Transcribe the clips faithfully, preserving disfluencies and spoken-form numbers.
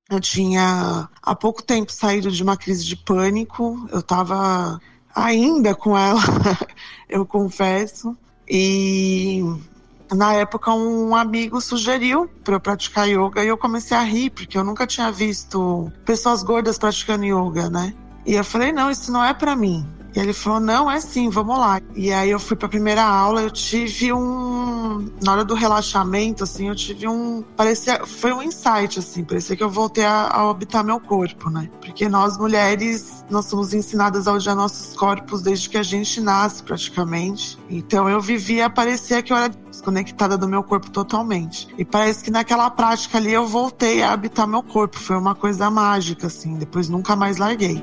Eu tinha há pouco tempo saído de uma crise de pânico, eu estava ainda com ela, eu confesso, e na época um amigo sugeriu para eu praticar yoga e eu comecei a rir, porque eu nunca tinha visto pessoas gordas praticando yoga, né? E eu falei, não, isso não é para mim. E ele falou, não, é sim, vamos lá. E aí eu fui pra primeira aula, eu tive um... Na hora do relaxamento, assim, eu tive um... Parecia... Foi um insight, assim, parecia que eu voltei a, a habitar meu corpo, né? Porque nós mulheres, nós somos ensinadas a odiar nossos corpos desde que a gente nasce, praticamente. Então eu vivia, parecia que eu era desconectada do meu corpo totalmente. E parece que naquela prática ali eu voltei a habitar meu corpo. Foi uma coisa mágica, assim, depois nunca mais larguei.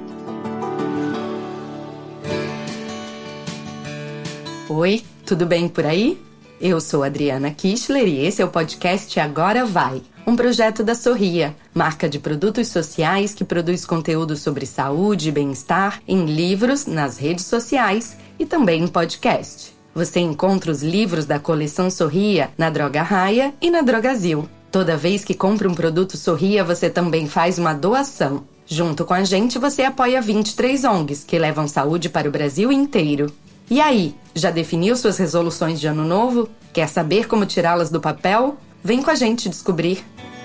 Oi, tudo bem por aí? Eu sou Adriana Kistler e esse é o podcast Agora Vai, um projeto da Sorria, marca de produtos sociais que produz conteúdo sobre saúde e bem-estar em livros, nas redes sociais e também em podcast. Você encontra os livros da coleção Sorria na Droga Raia e na Drogazil. Toda vez que compra um produto Sorria, você também faz uma doação. Junto com a gente, você apoia vinte e três O N Gs que levam saúde para o Brasil inteiro. E aí, já definiu suas resoluções de ano novo? Quer saber como tirá-las do papel? Vem com a gente descobrir!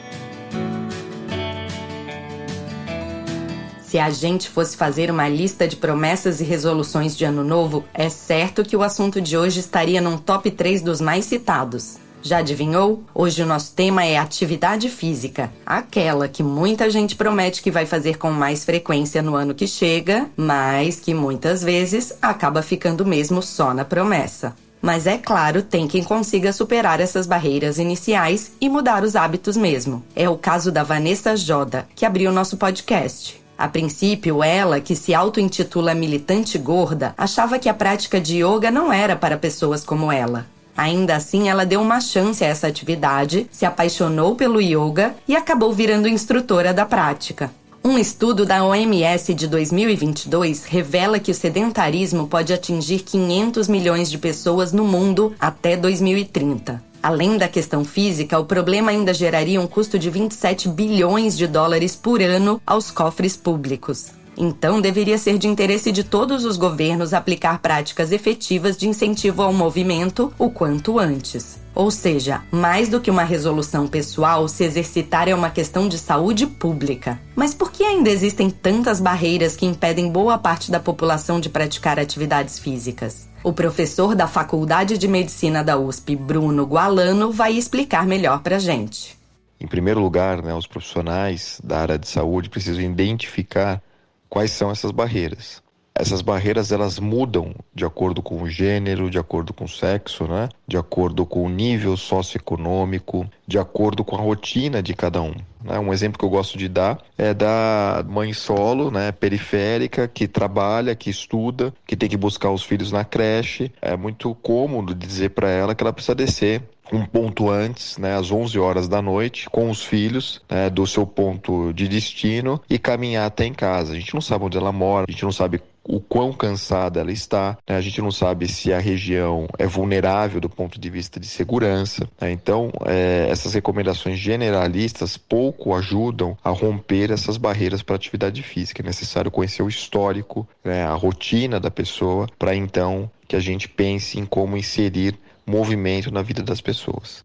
Se a gente fosse fazer uma lista de promessas e resoluções de ano novo, é certo que o assunto de hoje estaria num top três dos mais citados. Já adivinhou? Hoje o nosso tema é atividade física, aquela que muita gente promete que vai fazer com mais frequência no ano que chega, mas que muitas vezes acaba ficando mesmo só na promessa. Mas é claro, tem quem consiga superar essas barreiras iniciais e mudar os hábitos mesmo. É o caso da Vanessa Joda, que abriu o nosso podcast. A princípio, ela, que se auto-intitula militante gorda, achava que a prática de yoga não era para pessoas como ela. Ainda assim, ela deu uma chance a essa atividade, se apaixonou pelo yoga e acabou virando instrutora da prática. Um estudo da O M S de dois mil e vinte e dois revela que o sedentarismo pode atingir quinhentos milhões de pessoas no mundo até dois mil e trinta. Além da questão física, o problema ainda geraria um custo de vinte e sete bilhões de dólares por ano aos cofres públicos. Então, deveria ser de interesse de todos os governos aplicar práticas efetivas de incentivo ao movimento o quanto antes. Ou seja, mais do que uma resolução pessoal, se exercitar é uma questão de saúde pública. Mas por que ainda existem tantas barreiras que impedem boa parte da população de praticar atividades físicas? O professor da Faculdade de Medicina da U S P, Bruno Gualano, vai explicar melhor pra gente. Em primeiro lugar, né, os profissionais da área de saúde precisam identificar quais são essas barreiras. Essas barreiras, elas mudam de acordo com o gênero, de acordo com o sexo, né? De acordo com o nível socioeconômico, de acordo com a rotina de cada um. Né? Um exemplo que eu gosto de dar é da mãe solo, né, periférica, que trabalha, que estuda, que tem que buscar os filhos na creche. É muito cômodo dizer para ela que ela precisa descer um ponto antes, né, às onze horas da noite, com os filhos, né, do seu ponto de destino e caminhar até em casa. A gente não sabe onde ela mora, a gente não sabe o quão cansada ela está, né? A gente não sabe se a região é vulnerável do ponto de vista de segurança, né? Então, é, essas recomendações generalistas pouco ajudam a romper essas barreiras para a atividade física. É necessário conhecer o histórico, né, a rotina da pessoa, para então que a gente pense em como inserir movimento na vida das pessoas.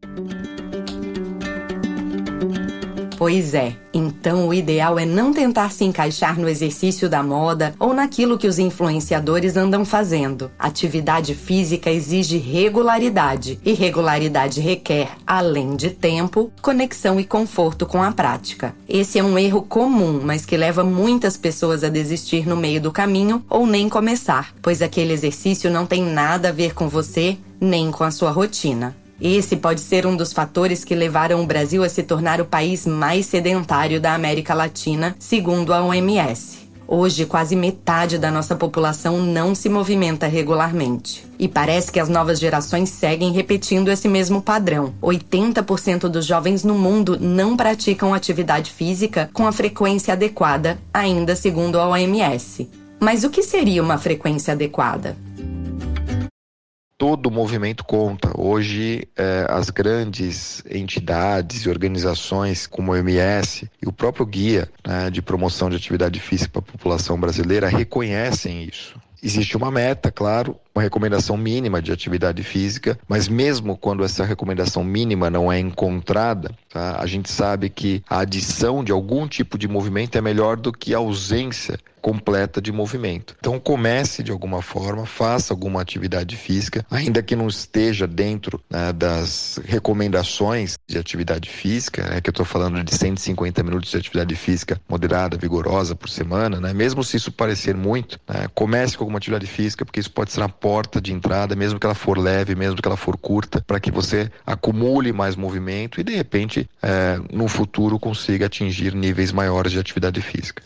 Pois é, então o ideal é não tentar se encaixar no exercício da moda ou naquilo que os influenciadores andam fazendo. Atividade física exige regularidade, e regularidade requer, além de tempo, conexão e conforto com a prática. Esse é um erro comum, mas que leva muitas pessoas a desistir no meio do caminho ou nem começar, pois aquele exercício não tem nada a ver com você, nem com a sua rotina. Esse pode ser um dos fatores que levaram o Brasil a se tornar o país mais sedentário da América Latina, segundo a O M S. Hoje, quase metade da nossa população não se movimenta regularmente. E parece que as novas gerações seguem repetindo esse mesmo padrão. oitenta por cento dos jovens no mundo não praticam atividade física com a frequência adequada, ainda segundo a O M S. Mas o que seria uma frequência adequada? todo movimento conta. Hoje, eh, as grandes entidades e organizações como o O M S e o próprio Guia, né, de Promoção de Atividade Física para a População Brasileira reconhecem isso. Existe uma meta, claro, uma recomendação mínima de atividade física, mas mesmo quando essa recomendação mínima não é encontrada, tá, a gente sabe que a adição de algum tipo de movimento é melhor do que a ausência completa de movimento. Então comece de alguma forma, faça alguma atividade física, ainda que não esteja dentro, né, das recomendações de atividade física, né, que eu estou falando de cento e cinquenta minutos de atividade física moderada, vigorosa por semana, né, mesmo se isso parecer muito, né, comece com alguma atividade física, porque isso pode ser a porta de entrada, mesmo que ela for leve, mesmo que ela for curta, para que você acumule mais movimento e de repente, é, no futuro consiga atingir níveis maiores de atividade física.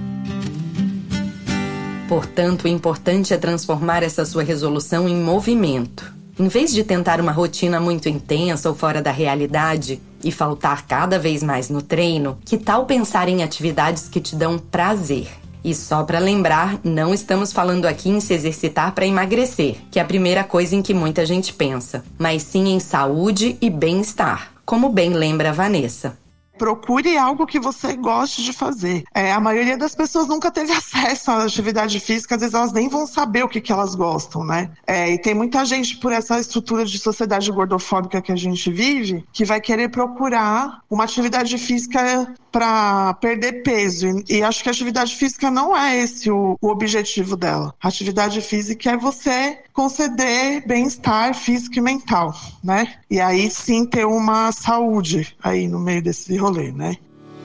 Portanto, o importante é transformar essa sua resolução em movimento. Em vez de tentar uma rotina muito intensa ou fora da realidade e faltar cada vez mais no treino, que tal pensar em atividades que te dão prazer? E só para lembrar, não estamos falando aqui em se exercitar para emagrecer, que é a primeira coisa em que muita gente pensa, mas sim em saúde e bem-estar, como bem lembra a Vanessa. Procure algo que você goste de fazer. É, a maioria das pessoas nunca teve acesso à atividade física, às vezes elas nem vão saber o que, que elas gostam, né? É, e tem muita gente, por essa estrutura de sociedade gordofóbica que a gente vive, que vai querer procurar uma atividade física para perder peso. E, e acho que a atividade física não é esse o, o objetivo dela. A atividade física é você conceder bem-estar físico e mental, né? E aí sim ter uma saúde aí no meio desse rolê, né?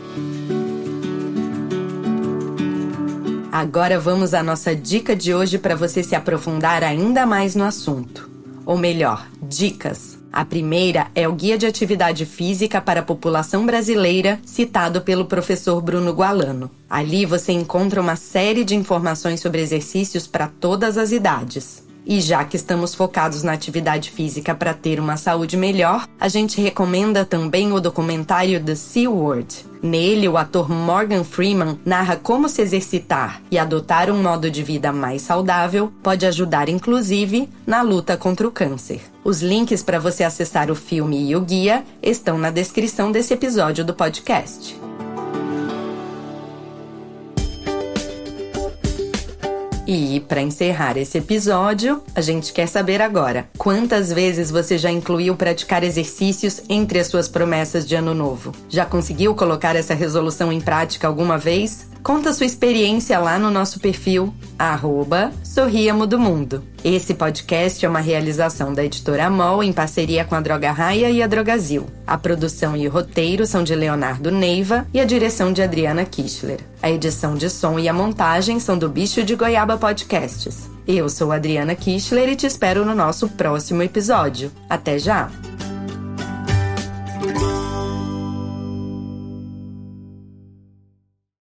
Agora vamos à nossa dica de hoje para você se aprofundar ainda mais no assunto. Ou melhor, dicas. A primeira é o Guia de Atividade Física para a População Brasileira, citado pelo professor Bruno Gualano. Ali você encontra uma série de informações sobre exercícios para todas as idades. E já que estamos focados na atividade física para ter uma saúde melhor, a gente recomenda também o documentário The C-Word. Nele, o ator Morgan Freeman narra como se exercitar e adotar um modo de vida mais saudável pode ajudar, inclusive, na luta contra o câncer. Os links para você acessar o filme e o guia estão na descrição desse episódio do podcast. E, para encerrar esse episódio, a gente quer saber agora, quantas vezes você já incluiu praticar exercícios entre as suas promessas de ano novo? Já conseguiu colocar essa resolução em prática alguma vez? Conta sua experiência lá no nosso perfil, arroba Sorriamo do Mundo. Esse podcast é uma realização da Editora Mol em parceria com a Droga Raia e a Drogazil. A produção e o roteiro são de Leonardo Neiva e a direção de Adriana Kichler. A edição de som e a montagem são do Bicho de Goiaba Podcasts. Eu sou Adriana Kichler e te espero no nosso próximo episódio. Até já!